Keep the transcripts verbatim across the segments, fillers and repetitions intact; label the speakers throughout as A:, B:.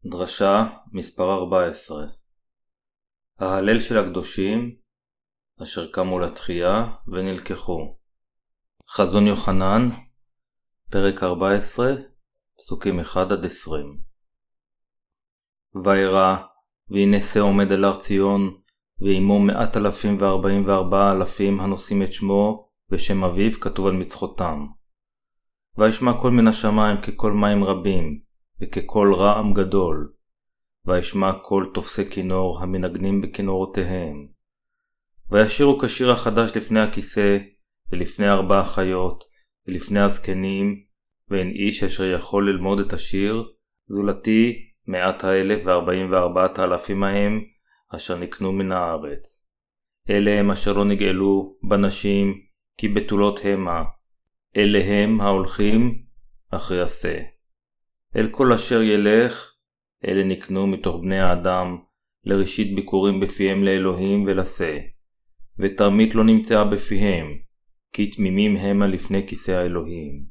A: דרשה מספר ארבע עשרה. ההלל של הקדושים אשר קמו לתחייה ונלקחו. חזון יוחנן, פרק ארבע עשרה, פסוקים אחד עד עשרים. וירא, והנה שא עומד על הר ציון, ועמו מאת אלפים וארבעים וארבעה אלפים הנושאים את שמו ושם אביו כתוב על מצחותם. וישמע קול מן השמיים כקול מים רבים, וכקול רעם גדול, וישמע קול תופסי כינור המנגנים בכינורותיהם. וישירו כשיר החדש לפני הכיסא, ולפני ארבע חיות, ולפני הזקנים, ואין איש אשר יכול ללמוד את השיר, זולתי מאת האלף וארבעים וארבעת האלפים ההם, אשר נקנו מן הארץ. אלה הם אשר לא נגאלו בנשים, כי בתולות המה. אלה הם ההולכים אחרי השא. אל כל אשר ילך, אלה נקנו מתוך בני האדם, לראשית ביקורים בפיהם לאלוהים ולשא. ותרמית לא נמצאה בפיהם, כי תמימים המה לפני כיסא האלוהים.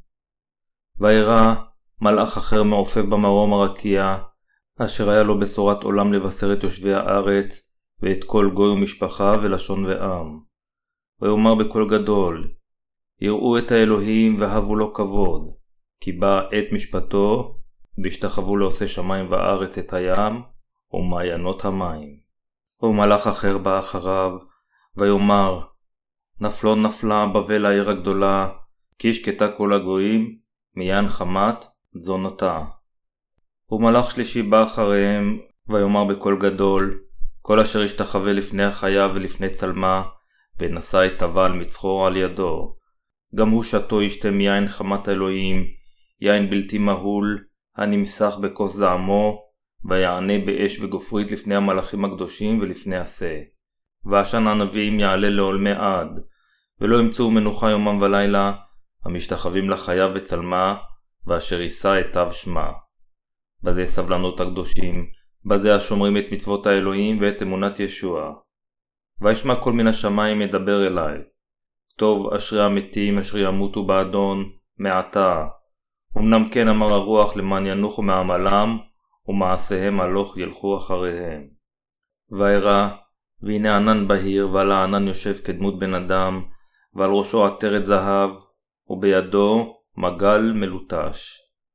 A: וירא מלאך אחר מעופף במרום הרקיע, אשר היה לו בשורת עולם לבשר את יושבי הארץ, ואת כל גוי ומשפחה ולשון ועם. ויאמר בקול גדול, יראו את האלוהים והבו לו כבוד, כי בא עת משפטו, והשתחוו לעושה שמיים וארץ את הים, ומעיינות המים. ומלאך אחר בא אחריו, ויאמר, נפלון נפלה בבל העיר הגדולה, כי השקטה כל הגויים, מיין חמת תזונתה. ומלאך שלישי בא אחריהם, ויאמר בקול גדול, כל אשר השתחווה לפני החיה ולפני צלמה, ונשא את תווה על מצחו על ידו. גם הוא שתו ישתה מיין חמת האלוהים, יין בלתי מהול, הנמסך בכוס זעמו, ויענה באש וגופרית לפני המלאכים הקדושים ולפני השא. ועשן הנביאים יעלה לעולמי עד, ולא ימצאו מנוחה יומם ולילה, המשתחווים לחיה וצלמה, ואשר יישא את תו שמה. בזה סבלנות הקדושים, בזה השומרים את מצוות האלוהים ואת אמונת ישוע. וישמע קול מן השמיים ידבר אליי, טוב אשרי המתים אשר ימותו באדון מעתה. אמנם כן אמר הרוח למען ינוחו מעמלם, ומעשיהם הלוך ילכו אחריהם. וירא, והנה ענן בהיר, ועל הענן יושב כדמות בן אדם, ועל ראשו עטרת זהב, ובידו מגל מלוטש.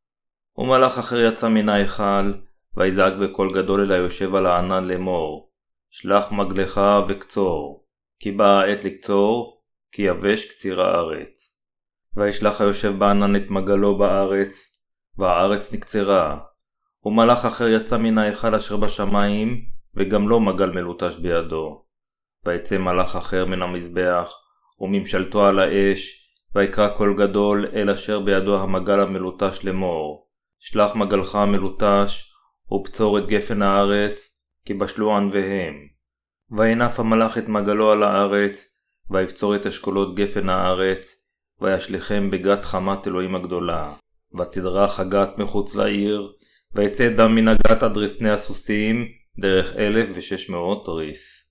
A: ומלאך אחר יצא מן ההיכל, ויזעק בקול גדול אל היושב על הענן לאמור, שלח מגלך וקצור, כי באה העת לקצור, כי יבש קציר הארץ. וישלח היושב בענן את מגלו בארץ, והארץ נקצרה. ומלאך אחר יצא מן ההיכל אשר בשמיים, וגם לו מגל מלוטש בידו. ויצא מלאך אחר מן המזבח, וממשלתו על האש, ויקרא קול גדול אל אשר בידו המגל המלוטש לאמור, שלח מגלך המלוטש, ופצור את גפן הארץ, כי בשלו ענביהם. וינף המלאך את מגלו על הארץ, ויפצור את אשכולות גפן הארץ, וישליכם בגת חמת אלוהים הגדולה. ותדרך הגת מחוץ לעיר, ויצא דם מן הגת עד רסני הסוסים, דרך אלף ושש מאות ריס.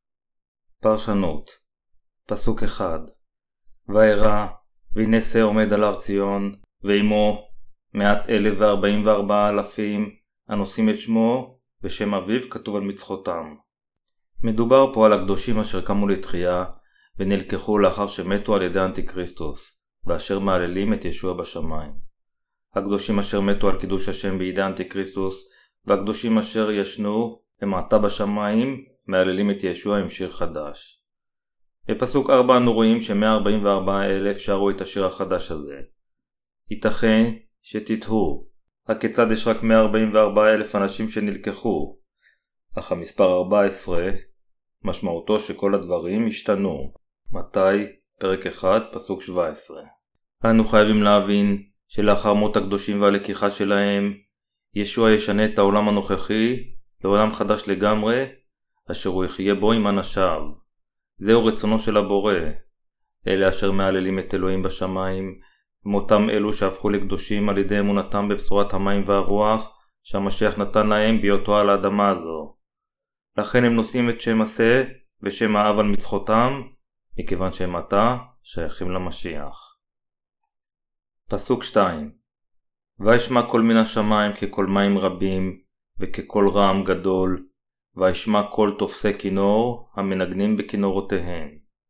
A: פרשנות. פסוק אחד. וירא, והנה שא עומד על הר ציון, ועמו מאת אלף וארבעים וארבעה אלפים, הנושאים את שמו, ושם אביו כתוב על מצחותם. מדובר פה על הקדושים אשר קמו לתחייה, ונלקחו לאחר שמתו על ידי אנטיקריסטוס, ואשר מעללים את ישוע בשמיים. הקדושים אשר מתו על קידוש השם בידי אנטיקריסטוס, והקדושים אשר ישנו הם עתה בשמיים, מעללים את ישוע עם שיר חדש. בפסוק ארבע אנו רואים ש-מאה ארבעים וארבעה אלף שרו את השיר החדש הזה. ייתכן שתתהו, הכיצד יש רק מאה ארבעים וארבעה אלף אנשים שנלקחו, אך המספר ארבע עשרה, משמעותו שכל הדברים השתנו. מתי? פרק אחד, פסוק שבע עשרה. אנו חייבים להבין שלאחר מות הקדושים והלקיחה שלהם, ישוע ישנה את העולם הנוכחי לעולם חדש לגמרי, אשר הוא יחיה בו עם אנשיו. זהו רצונו של הבורא. אלה אשר מעללים את אלוהים בשמיים, הם אותם אלו שהפכו לקדושים על ידי אמונתם בבשורת המים והרוח, שהמשיח נתן להם בהיותו על האדמה הזו. לכן הם נושאים את שם השא ושם האב על מצחותם, מכיוון שהם עתה שייכים למשיח. פסוק שתיים. וישמע קול מן השמיים כקול מים רבים, וכקול רעם גדול, וישמע קול תופסי כינור המנגנים בכינורותיהם.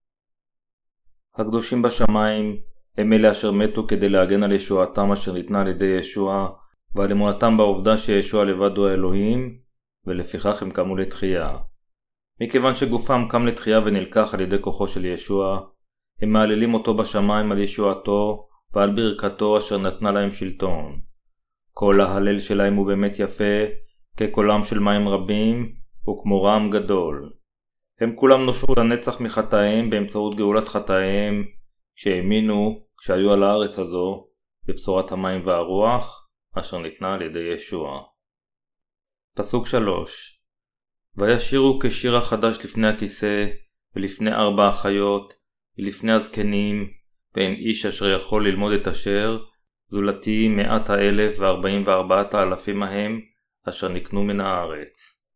A: הקדושים בשמיים הם אלה אשר מתו כדי להגן על ישועתם אשר ניתנה על ידי ישוע, ועל אמונתם בעובדה שישוע לבד הוא האלוהים, ולפיכך הם קמו לתחייה. מכיוון שגופם קם לתחייה ונלקח על ידי כוחו של ישוע, הם מעללים אותו בשמיים על ישועתו ועל ברכתו אשר נתנה להם שלטון. כל ההלל שלהם הוא באמת יפה, כקולם של מים רבים וכמו רעם גדול. הם כולם נושעו לנצח מחטאיהם באמצעות גאולת חטאיהם, כשהאמינו, כשהיו על הארץ הזו, בבשורת המים והרוח אשר ניתנה על ידי ישוע. פסוק שלוש. וישירו כשיר החדש לפני הכיסא, ולפני ארבע החיות, ולפני הזקנים, ואין איש אשר יכול ללמוד את אשר, זולתי מאת האלף וארבעים וארבעת האלפים ההם, אשר נקנו מן הארץ.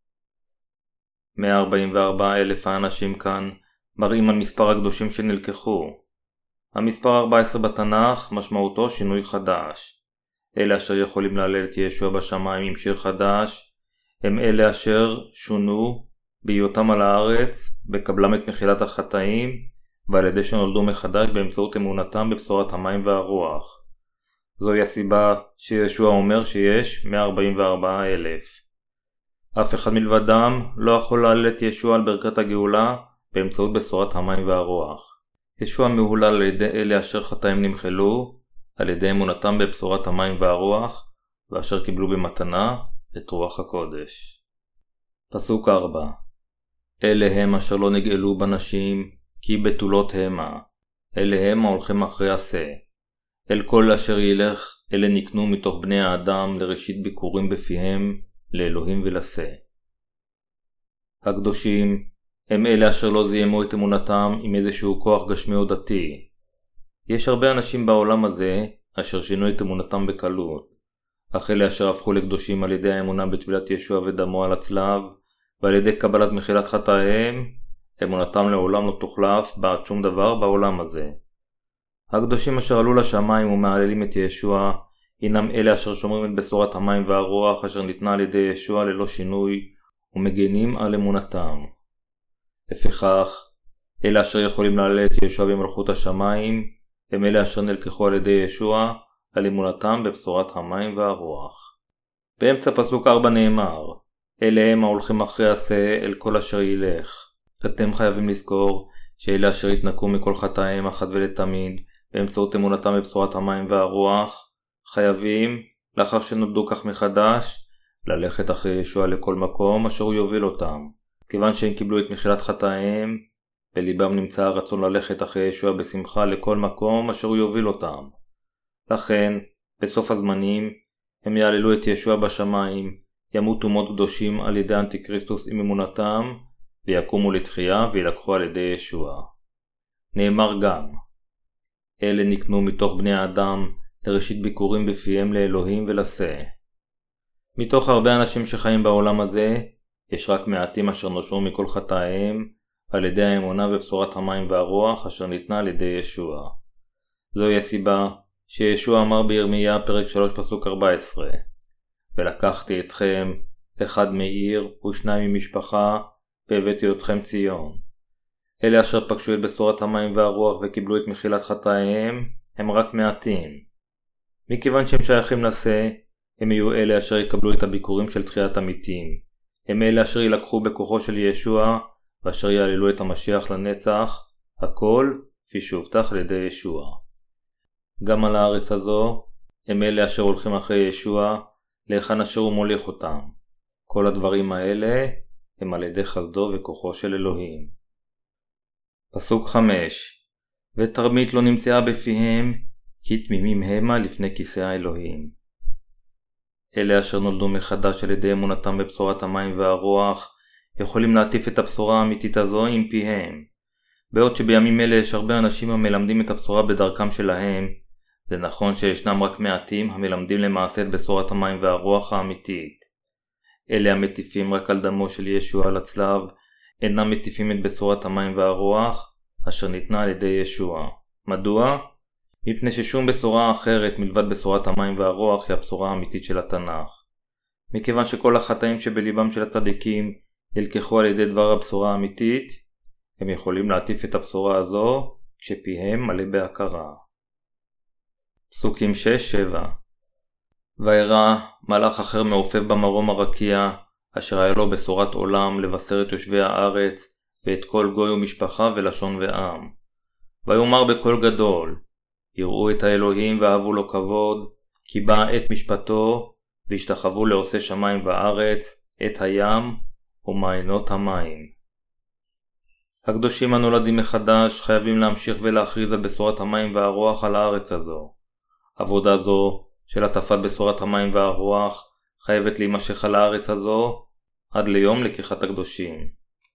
A: מאה ארבעים וארבעה אלף האנשים כאן, מראים על מספר הקדושים שנלקחו. המספר ארבע עשרה בתנ"ך משמעותו שינוי חדש. אלה אשר יכולים להלל את ישוע בשמיים עם שיר חדש, הם אלה אשר שונו בהיותם על הארץ, בקבלם את מחילת החטאים, ועל ידי שנולדו מחדש באמצעות אמונתם בבשורת המים והרוח. זוהי הסיבה שישוע אומר שיש מאה ארבעים וארבעה אלף. אף אחד מלבדם לא יכול להלל את ישוע על ברכת הגאולה באמצעות בשורת המים והרוח. ישוע מהולל על ידי אלה אשר חטאים נמחלו, על ידי אמונתם בבשורת המים והרוח, ואשר קיבלו במתנה את רוח הקודש. פסוק ארבע. אלה הם אשר לא נגאלו בנשים, כי בתולות המה. אלה הם ההולכים אחרי עשה. אל כל אשר ילך, אלה נקנו מתוך בני האדם לראשית ביקורים בפיהם, לאלוהים ולשה. הקדושים הם אלה אשר לא זיימו את אמונתם עם איזשהו כוח גשמי או דתי. יש הרבה אנשים בעולם הזה אשר שינו את אמונתם בקלות, אך אלה אשר הפכו לקדושים על ידי האמונה בטבילת ישוע ודמו על הצלב, ועל ידי קבלת מחילת חטאיהם, אמונתם לעולם לא תוחלף בעד שום דבר בעולם הזה. הקדושים אשר עלו לשמיים ומעללים את ישוע, הינם אלה אשר שומרים את בשורת המים והרוח אשר ניתנה על ידי ישוע ללא שינוי, ומגנים על אמונתם. לפיכך, אלה אשר יכולים להלל את ישוע במלכות השמיים, הם אלה אשר נלקחו על ידי ישוע, על אמונתם בבשורת המים והרוח. באמצע פסוק ארבע נאמר, אלה הם ההולכים אחרי עשה אל כל אשר ילך. אתם חייבים לזכור שאלה אשר יתנקו מכל חטאיהם אחת ולתמיד, באמצעות אמונתם בבשורת המים והרוח, חייבים, לאחר שנולדו כך מחדש, ללכת אחרי ישוע לכל מקום אשר הוא יוביל אותם. כיוון שהם קיבלו את מחילת חטאיהם, בליבם נמצא הרצון ללכת אחרי ישוע בשמחה לכל מקום אשר הוא יוביל אותם. לכן, בסוף הזמנים, הם יעללו את ישוע בשמיים, ימותו מות קדושים על ידי אנטיקריסטוס עם אמונתם, ויקומו לתחייה וילקחו על ידי ישוע. נאמר גם, אלה נקנו מתוך בני האדם לראשית ביקורים בפיהם לאלוהים ולשה. מתוך הרבה אנשים שחיים בעולם הזה, יש רק מעטים אשר נושעו מכל חטאיהם, על ידי האמונה בבשורת המים והרוח אשר ניתנה על ידי ישוע. זוהי הסיבה שישוע אמר בירמיה פרק שלוש פסוק ארבע עשרה, ולקחתי אתכם, אחד מעיר ושניים ממשפחה, והבאתי אתכם ציון. אלה אשר פגשו את בשורת המים והרוח וקיבלו את מחילת חטאיהם, הם רק מעטים. מכיוון שהם שייכים לשה, הם יהיו אלה אשר יקבלו את הביקורים של תחיית המתים. הם אלה אשר ילקחו בכוחו של ישוע, ואשר יעללו את המשיח לנצח, הכל כפי שהובטח על ידי ישוע. גם על הארץ הזו, הם אלה אשר הולכים אחרי ישוע, להיכן אשר הוא מוליך אותם. כל הדברים האלה הם על ידי חסדו וכוחו של אלוהים. פסוק חמש. ותרמית לא נמצאה בפיהם, כי תמימים המה לפני כיסא האלוהים. אלה אשר נולדו מחדש על ידי אמונתם בבשורת המים והרוח, יכולים להטיף את הבשורה האמיתית הזו עם פיהם. בעוד שבימים אלה יש הרבה אנשים המלמדים את הבשורה בדרכם שלהם, זה נכון שישנם רק מעטים המלמדים למעשה את בשורת המים והרוח האמיתית. אלה המטיפים רק על דמו של ישוע על הצלב, אינם מטיפים את בשורת המים והרוח, אשר ניתנה על ידי ישוע. מדוע? מפני ששום בשורה אחרת מלבד בשורת המים והרוח היא הבשורה האמיתית של התנ"ך. מכיוון שכל החטאים שבליבם של הצדיקים נלקחו על ידי דבר הבשורה האמיתית, הם יכולים להטיף את הבשורה הזו כשפיהם מלא בהכרה. פסוקים שש שבע. וירא מלאך אחר מעופף במרום הרקיע, אשר היה לו בשורת עולם לבשר את יושבי הארץ ואת כל גוי ומשפחה ולשון ועם. ויאמר בקול גדול, יראו את האלוהים ואהבו לו כבוד, כי באה עת משפטו, והשתחוו לעושה שמיים וארץ, את הים ומעיינות המים. הקדושים הנולדים מחדש חייבים להמשיך ולהכריז על בשורת המים והרוח על הארץ הזו. עבודה זו של הטפת בשורת המים והרוח חייבת להימשך על הארץ הזו עד ליום לקיחת הקדושים.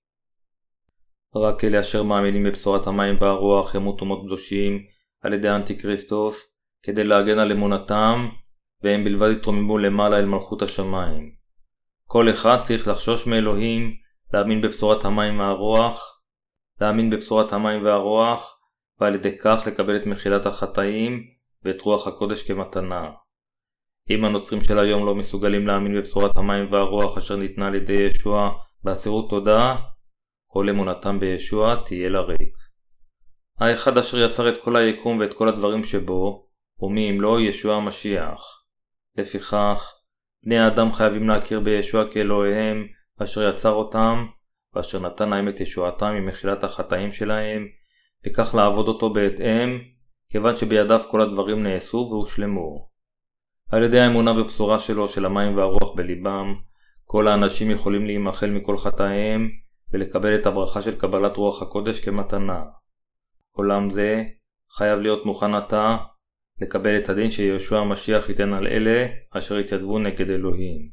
A: רק אלה אשר מאמינים בבשורת המים והרוח ימותו מות קדושים על ידי האנטיקריסטוס כדי להגן על אמונתם, והם בלבד יתרוממו למעלה אל מלכות השמיים. כל אחד צריך לחשוש מאלוהים, להאמין בבשורת המים והרוח, להאמין בבשורת המים והרוח, ועל ידי כך לקבל את מחילת החטאים ואת רוח הקודש כמתנה. אם הנוצרים של היום לא מסוגלים להאמין בבשורת המים והרוח אשר ניתנה על ידי ישוע באסירות תודה, כל אמונתם בישוע תהיה לריק. האחד אשר יצר את כל היקום ואת כל הדברים שבו, ומי אם לא ישוע המשיח. לפיכך, בני האדם חייבים להכיר בישוע כאלוהיהם אשר יצר אותם, ואשר נתן להם את ישועתם עם מחילת החטאים שלהם, וכך לעבוד אותו בהתאם, כיוון שבידיו כל הדברים נעשו והושלמו. על ידי האמונה בבשורה שלו של המים והרוח בליבם, כל האנשים יכולים להימחל מכל חטאיהם, ולקבל את הברכה של קבלת רוח הקודש כמתנה. עולם זה חייב להיות מוכן עתה לקבל את הדין שישוע המשיח ייתן על אלה אשר התייצבו נגד אלוהים.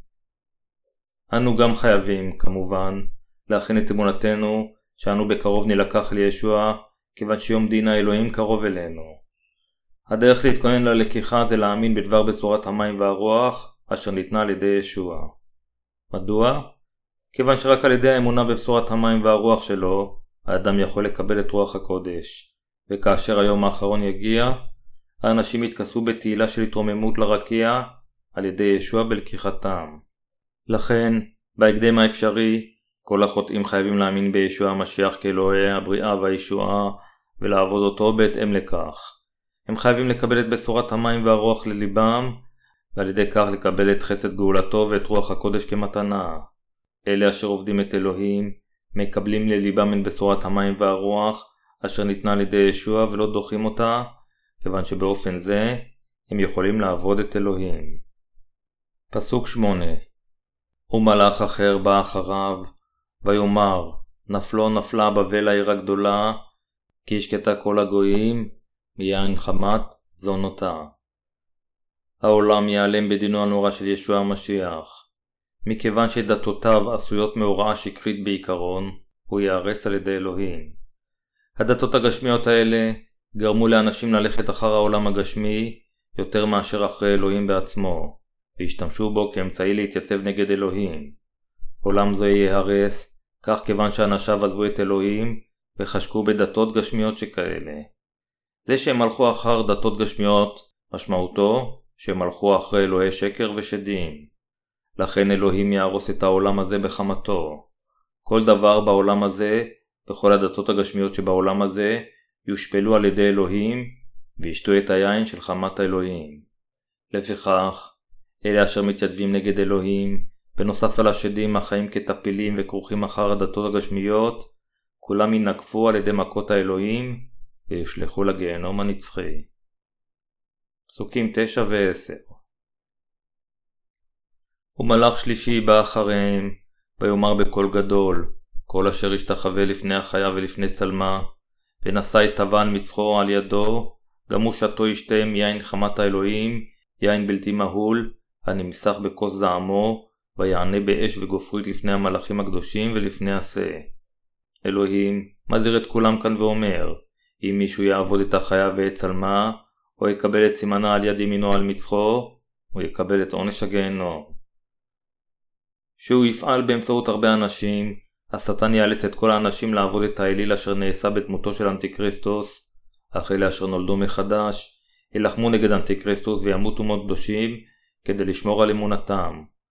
A: אנו גם חייבים, כמובן, להכין את אמונתנו שאנו בקרוב נלקח לישוע, כיוון שיום דין האלוהים קרוב אלינו. הדרך להתכונן ללקיחה זה להאמין בדבר בשורת המים והרוח אשר ניתנה על ידי ישוע. מדוע? כיוון שרק על ידי האמונה בבשורת המים והרוח שלו, האדם יכול לקבל את רוח הקודש, וכאשר היום האחרון יגיע, האנשים יתכסו בתהילה של התרוממות לרקיע על ידי ישוע בלקיחתם. לכן, בהקדם האפשרי, כל החוטאים חייבים להאמין בישוע המשיח כאלוהי הבריאה והישועה, ולעבוד אותו בהתאם לכך. הם חייבים לקבל את בשורת המים והרוח לליבם, ועל ידי כך לקבל את חסד גאולתו ואת רוח הקודש כמתנה. אלה אשר עובדים את אלוהים, מקבלים לליבם את בשורת המים והרוח, אשר ניתנה על ידי ישוע ולא דוחים אותה, כיוון שבאופן זה הם יכולים לעבוד את אלוהים. פסוק שמונה. ומלאך אחר בא אחריו, ויאמר, נפלו נפלה בבל העיר הגדולה, כי השקטה כל הגויים, מיין חמת זונותה. העולם ייעלם בדינו הנורא של ישוע המשיח. מכיוון שדתותיו עשויות מהוראה שקרית בעיקרון, הוא יערס על ידי אלוהים. הדתות הגשמיות האלה גרמו לאנשים ללכת אחר העולם הגשמי יותר מאשר אחרי אלוהים בעצמו, והשתמשו בו כאמצעי להתייצב נגד אלוהים. עולם זה יערס, כך כיוון שאנשיו עזבו את אלוהים וחשקו בדתות גשמיות שכאלה. זה שהם הלכו אחר דתות גשמיות, משמעותו שהם הלכו אחרי אלוהי שקר ושדים. לכן אלוהים יהרוס את העולם הזה בחמתו. כל דבר בעולם הזה, וכל הדתות הגשמיות שבעולם הזה, יושפלו על ידי אלוהים, וישתו את היין של חמת האלוהים. לפיכך, אלה אשר מתייצבים נגד אלוהים, בנוסף על השדים החיים כטפילים וכרוכים אחר הדתות הגשמיות, כולם ינקפו על ידי מכות האלוהים, וישלחו לגיהנום הנצחי. פסוקים תשע ועשר. ומלאך שלישי בא אחריהם, ויאמר בקול גדול, כל אשר ישתחווה לפני החיה ולפני צלמה, ונשא את תבן מצחו על ידו, גם הוא שתו ישתה מיין חמת האלוהים, יין בלתי מהול, הנמסך בכוס זעמו, ויענה באש וגופרית לפני המלאכים הקדושים ולפני עשה. אלוהים מזהיר את כולם כאן ואומר, אם מישהו יעבוד את החיה ואת צלמה, או יקבל את סימנה על יד ימינו על מצחו, הוא יקבל את עונש הגיהנום. שהוא יפעל באמצעות הרבה אנשים, השטן יאלץ את כל האנשים לעבוד את האליל אשר נעשה בתמותו של אנטיקריסטוס, אך אלה אשר נולדו מחדש, ילחמו נגד אנטיקריסטוס וימותו מות קדושים כדי לשמור על אמונתם.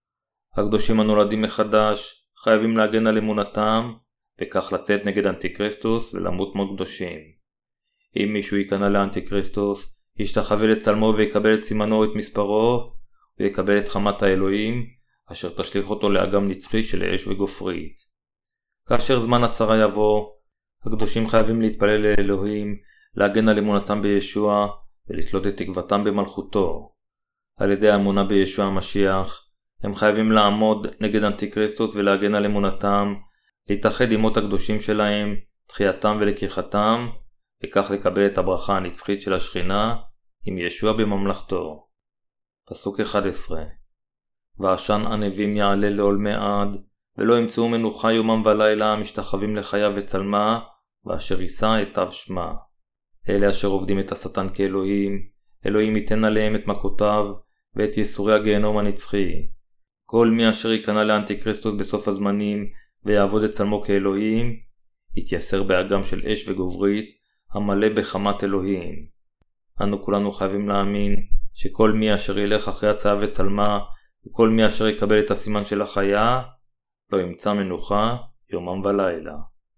A: הקדושים הנולדים מחדש חייבים להגן על אמונתם, וכך לצאת נגד אנטיקריסטוס ולמות מות קדושים. אם מישהו ייכנע לאנטיקריסטוס, ישתחווה לצלמו ויקבל את סימנו את מספרו, ויקבל את חמת האלוהים, אשר תשליך אותו לאגם נצחי של אש וגופרית. כאשר זמן הצרה יבוא, הקדושים חייבים להתפלל לאלוהים, להגן על אמונתם בישוע, ולתלות את תקוותם במלכותו. על ידי האמונה בישוע המשיח, הם חייבים לעמוד נגד אנטיקריסטוס ולהגן על אמונתם, להתאחד עם מות הקדושים שלהם, תחייתם ולקיחתם, וכך לקבל את הברכה הנצחית של השכינה עם ישוע בממלכתו. פסוק אחד עשר. ועשן ענבים יעלה לעולמי עד, ולא ימצאו מנוחה יומם ולילה המשתחווים לחיה וצלמה, ואשר יישא את תו שמה. אלה אשר עובדים את השטן כאלוהים, אלוהים ייתן עליהם את מכותיו ואת ייסורי הגיהנום הנצחי. כל מי אשר ייכנע לאנטיקריסטוס בסוף הזמנים ויעבוד את צלמו כאלוהים, יתייסר באגם של אש וגוברית המלא בחמת אלוהים. אנו כולנו חייבים להאמין שכל מי אשר ילך אחרי הצעה וצלמה, וכל מי אשר יקבל את הסימן של החיה, לא ימצא מנוחה יומם ולילה.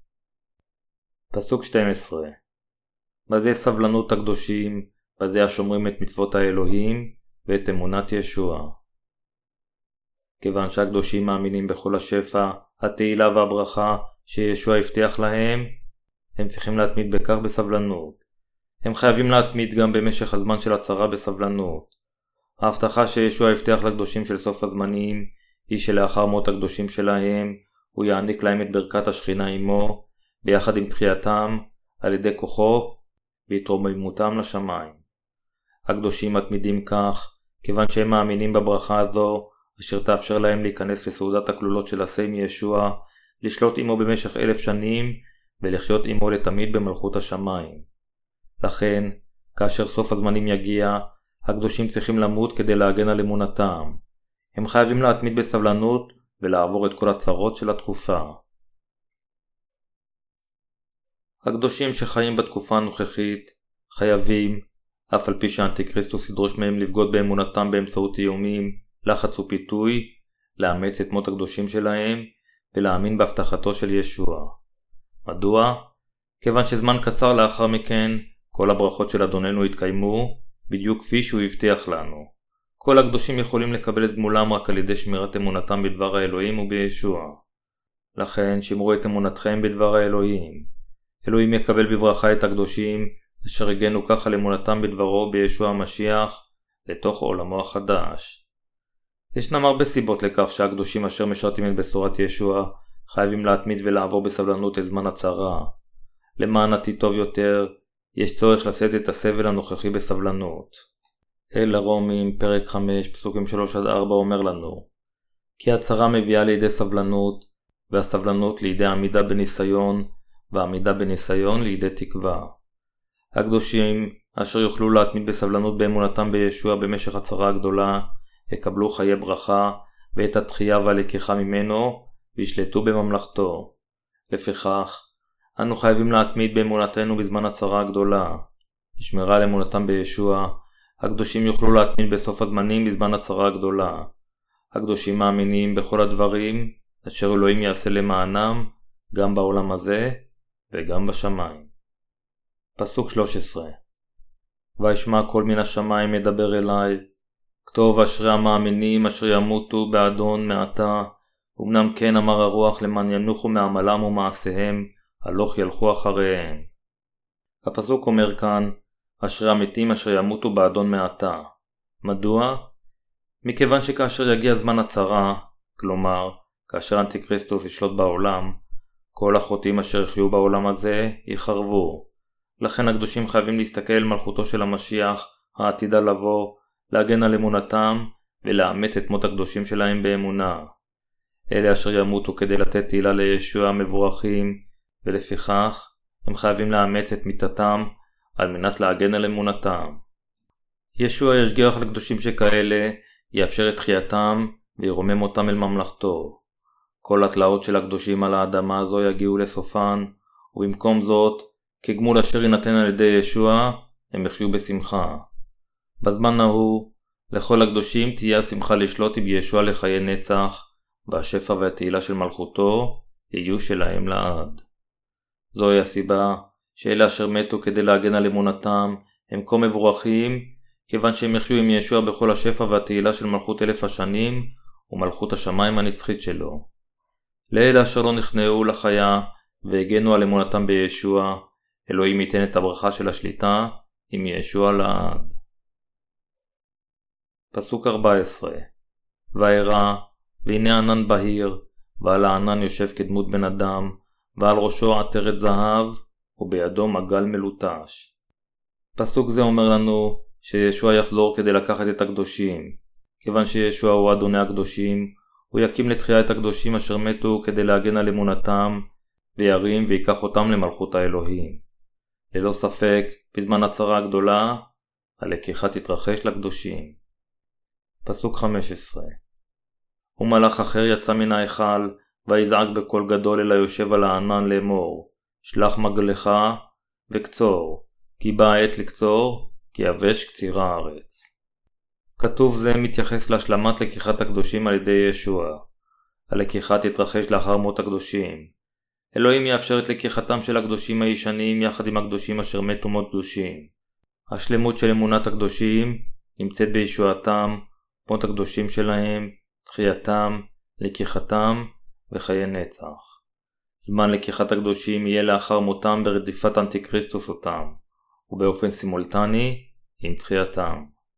A: פסוק שתים עשרה. בזה סבלנות הקדושים, בזה השומרים את מצוות האלוהים ואת אמונת ישוע. כיוון שהקדושים מאמינים בכל השפע, התהילה והברכה שישוע הבטיח להם, הם צריכים להתמיד בכך בסבלנות. הם חייבים להתמיד גם במשך הזמן של הצרה בסבלנות. ההבטחה שישוע הבטיח לקדושים של סוף הזמנים היא שלאחר מות הקדושים שלהם הוא יעניק להם את ברכת השכינה עמו, ביחד עם תחייתם על ידי כוחו והתרוממותם לשמיים. הקדושים מתמידים כך כיוון שהם מאמינים בברכה הזו, אשר תאפשר להם להיכנס לסעודת הכלולות של הסיים ישוע, לשלוט עמו במשך אלף שנים ולחיות עמו לתמיד במלכות השמיים. לכן, כאשר סוף הזמנים יגיע, הקדושים צריכים למות כדי להגן על אמונתם. הם חייבים להתמיד בסבלנות ולעבור את כל הצרות של התקופה. הקדושים שחיים בתקופה הנוכחית חייבים, אף על פי שהאנטיקריסטוס ידרוש מהם לבגוד באמונתם באמצעות איומים, לחץ ופיתוי, לאמץ את מות הקדושים שלהם ולהאמין בהבטחתו של ישוע. מדוע? כיוון שזמן קצר לאחר מכן כל הברכות של אדוננו התקיימו בדיוק כפי שהוא הבטיח לנו. כל הקדושים יכולים לקבל את גמולם רק על ידי שמירת אמונתם בדבר האלוהים ובישוע. לכן שמרו את אמונתכם בדבר האלוהים. אלוהים יקבל בברכה את הקדושים אשר הגנו כך על אמונתם בדברו בישוע המשיח לתוך עולמו החדש. ישנם הרבה סיבות לכך שהקדושים אשר משרתים את בשורת ישוע חייבים להתמיד ולעבור בסבלנות את זמן הצרה. למען עתיד טוב יותר, יש צורך לשאת את הסבל הנוכחי בסבלנות. אל הרומים, פרק חמש, פסוקים שלוש עד ארבע אומר לנו, כי הצרה מביאה לידי סבלנות, והסבלנות לידי עמידה בניסיון, והעמידה בניסיון לידי תקווה. הקדושים, אשר יוכלו להתמיד בסבלנות באמונתם בישוע במשך הצרה הגדולה, יקבלו חיי ברכה ואת התחייה והלקיחה ממנו, וישלטו בממלכתו. לפיכך, אנו חייבים להתמיד באמונתנו בזמן הצרה הגדולה. בשמירה על אמונתם בישוע, הקדושים יוכלו להתמיד בסוף הזמנים בזמן הצרה הגדולה. הקדושים מאמינים בכל הדברים אשר אלוהים יעשה למענם, גם בעולם הזה וגם בשמיים. פסוק שלוש עשרה. וישמע קול מן השמיים מדבר אליי, כתוב אשרי המאמינים אשר ימותו באדון מעתה, אמנם כן אמר הרוח למען ינוחו מעמלם ומעשיהם, הלוך ילכו אחריהם. הפסוק אומר כאן, אשרי המתים אשר ימותו באדון מעתה. מדוע? מכיוון שכאשר יגיע זמן הצרה, כלומר, כאשר אנטיקריסטוס ישלוט בעולם, כל החוטאים אשר יחיו בעולם הזה יחרבו. לכן הקדושים חייבים להסתכל על מלכותו של המשיח, העתידה לבוא, להגן על אמונתם ולאמת את מות הקדושים שלהם באמונה. אלה אשר ימותו כדי לתת תהילה לישוע המבורכים, ולפיכך הם חייבים לאמץ את מיתתם על מנת להגן על אמונתם. ישוע ישגיח לקדושים שכאלה, יאפשר את תחייתם וירומם אותם אל ממלכתו. כל התלאות של הקדושים על האדמה הזו יגיעו לסופן, ובמקום זאת, כגמול אשר יינתן על ידי ישוע, הם יחיו בשמחה. בזמן ההוא, לכל הקדושים תהיה השמחה לשלוט עם ישוע לחיי נצח, והשפע והתהילה של מלכותו יהיו שלהם לעד. זוהי הסיבה שאלה אשר מתו כדי להגן על אמונתם הם כה מבורכים, כיוון שהם יחיו עם ישוע בכל השפע והתהילה של מלכות אלף השנים ומלכות השמיים הנצחית שלו. לאלה אשר לא נכנעו לחיה והגנו על אמונתם בישוע, אלוהים ייתן את הברכה של השליטה עם ישוע לעד. פסוק ארבע עשרה. וארא, והנה ענן בהיר, ועל הענן יושב כדמות בן אדם, ועל ראשו עטרת זהב, ובידו מגל מלוטש. פסוק זה אומר לנו שישוע יחזור כדי לקחת את הקדושים. כיוון שישוע הוא אדוני הקדושים, הוא יקים לתחייה את הקדושים אשר מתו כדי להגן על אמונתם, וירים ויקח אותם למלכות האלוהים. ללא ספק, בזמן הצרה הגדולה, הלקיחה תתרחש לקדושים. פסוק חמש עשרה. ומלאך אחר יצא מן ההיכל, ויזעק בקול גדול אל היושב על הענן לאמור, שלח מגלך וקצור, כי באה העת לקצור, כי יבש קציר הארץ. כתוב זה מתייחס להשלמת לקיחת הקדושים על ידי ישוע. הלקיחה תתרחש לאחר מות הקדושים. אלוהים יאפשר את לקיחתם של הקדושים הישנים יחד עם הקדושים אשר מתו מות קדושים. השלמות של אמונת הקדושים נמצאת בישועתם, מות הקדושים שלהם, תחייתם, לקיחתם וחיי נצח. זמן לקיחת הקדושים יהיה לאחר מותם ברדיפת אנטיקריסטוס אותם, ובאופן סימולטני עם תחייתם.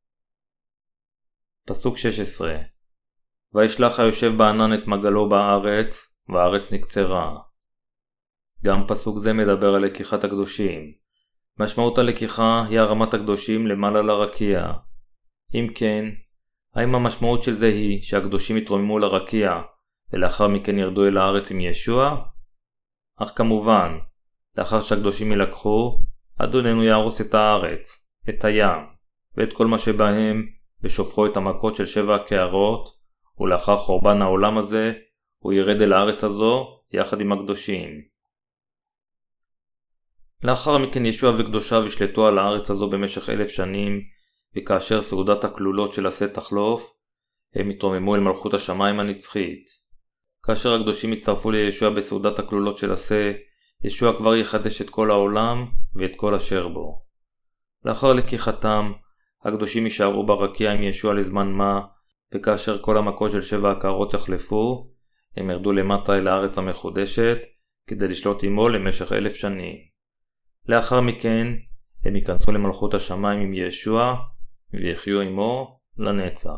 A: פסוק שש עשרה. וישלח היושב בענן את מגלו בארץ, והארץ נקצרה. גם פסוק זה מדבר על לקיחת הקדושים. משמעות הלקיחה היא הרמת הקדושים למעלה לרקיע. אם כן, האם המשמעות של זה היא שהקדושים יתרוממו לרקיע ולאחר מכן ירדו אל הארץ עם ישוע? אך כמובן, לאחר שהקדושים ילקחו, אדוננו יהרוס את הארץ, את הים ואת כל מה שבהם ושופכו את המכות של שבע הקערות, ולאחר חורבן העולם הזה הוא ירד אל הארץ הזו יחד עם הקדושים. לאחר מכן ישוע וקדושיו ישלטו על הארץ הזו במשך אלף שנים, וכאשר סעודת הכלולות של עשה תחלוף, הם יתרוממו אל מלכות השמיים הנצחית. כאשר הקדושים יצטרפו לישוע בסעודת הכלולות של עשה, ישוע כבר יחדש את כל העולם ואת כל אשר בו. לאחר לקיחתם, הקדושים יישארו ברקיע עם ישוע לזמן מה, וכאשר כל המכות של שבע הקערות יחלפו, הם ירדו למטה אל הארץ המחודשת, כדי לשלוט עמו למשך אלף שנים. לאחר מכן, הם ייכנסו למלכות השמיים עם ישוע, ויחיו עמו לנצח.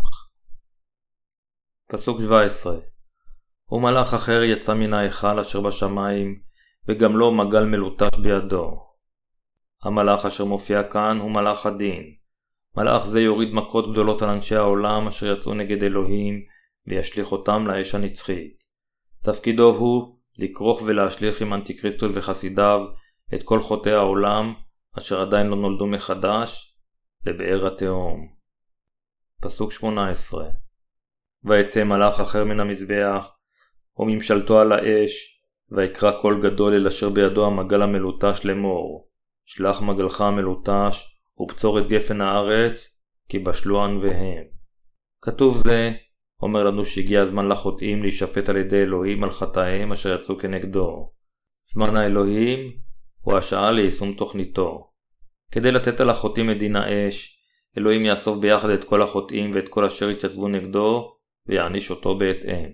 A: פסוק שבע עשרה. ומלאך אחר יצא מן ההיכל אשר בשמיים, וגם לו מגל מלוטש בידו. המלאך אשר מופיע כאן הוא מלאך הדין. מלאך זה יוריד מכות גדולות על אנשי העולם אשר יצאו נגד אלוהים, וישליך אותם לאש הנצחית. תפקידו הוא לכרוך ולהשליך עם אנטיקריסטוס וחסידיו את כל חוטאי העולם אשר עדיין לא נולדו מחדש לבאר התהום. פסוק שמונה עשרה. ויצא מלאך אחר מן המזבח וממשלתו על האש, ויקרא קול גדול אל אשר בידו המגל המלוטש לאמור, שלח מגלך המלוטש ובצור את גפן הארץ, כי בשלו ענביהם. כתוב זה אומר לנו שהגיע הזמן לחוטאים להישפט על ידי אלוהים על חטאיהם אשר יצאו כנגדו. זמן האלוהים הוא השעה ליישום תוכניתו. כדי לתת על החוטאים את דין האש, אלוהים יאסוף ביחד את כל החוטאים ואת כל אשר יתייצבו נגדו, ויעניש אותו בהתאם.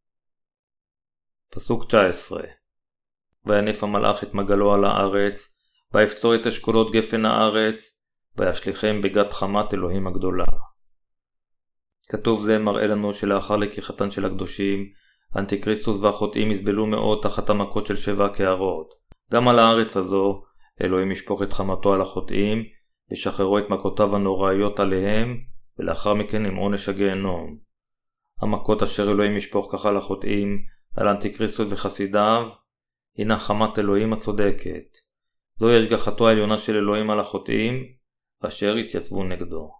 A: פסוק תשע עשרה. וינף המלאך את מגלו על הארץ, ויפצור את אשכולות גפן הארץ, וישליכם בגת חמת אלוהים הגדולה. כתוב זה מראה לנו שלאחר לקיחתן של הקדושים, אנטיקריסטוס והחוטאים יסבלו מאוד תחת המכות של שבע הקערות. גם על הארץ הזו, אלוהים ישפוך את חמתו על החוטאים, ושחררו את מכותיו הנוראיות עליהם, ולאחר מכן עם עונש הגיהנום. המכות אשר אלוהים ישפוך ככה לחוטאים, על אנטיקריסטוס וחסידיו, הינה חמת אלוהים הצודקת. זוהי השגחתו העליונה של אלוהים על החוטאים, אשר יתייצבו נגדו.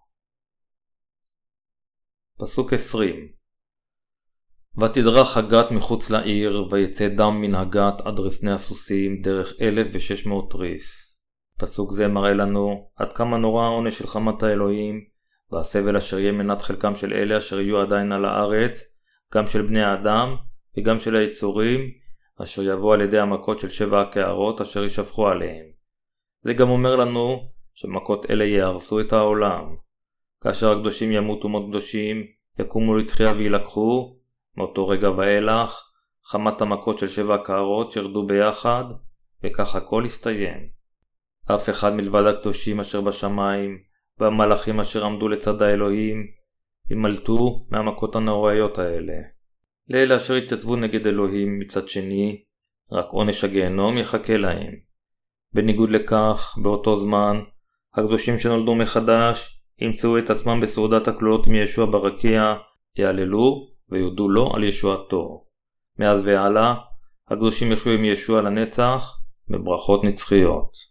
A: פסוק עשרים. ותדרך הגת מחוץ לעיר, ויצא דם מן הגת עד רסני הסוסים, דרך אלף ושש מאות ריס. פסוק זה מראה לנו עד כמה נורא העונש של חמת האלוהים, והסבל אשר יהיה מנת חלקם של אלה אשר יהיו עדיין על הארץ, גם של בני האדם וגם של היצורים, אשר יבוא על ידי המכות של שבע הקערות אשר ישפכו עליהם. זה גם אומר לנו שמכות אלה יהרסו את העולם. כאשר הקדושים ימותו מות קדושים, יקומו לתחייה וילקחו, מאותו רגע ואילך, חמת המכות של שבע הקערות ירדו ביחד, וכך הכל יסתיים. אף אחד מלבד הקדושים אשר בשמיים, והמלאכים אשר עמדו לצד האלוהים, ימלטו מהמכות הנוראיות האלה. לאלה אשר התייצבו נגד אלוהים מצד שני, רק עונש הגיהנום יחכה להם. בניגוד לכך, באותו זמן, הקדושים שנולדו מחדש, ימצאו את עצמם בסעודת הכלולות מישוע ברקיע, יעללו ויודו לו על ישועתו. מאז והלאה, הקדושים יחיו עם ישוע לנצח, בברכות נצחיות.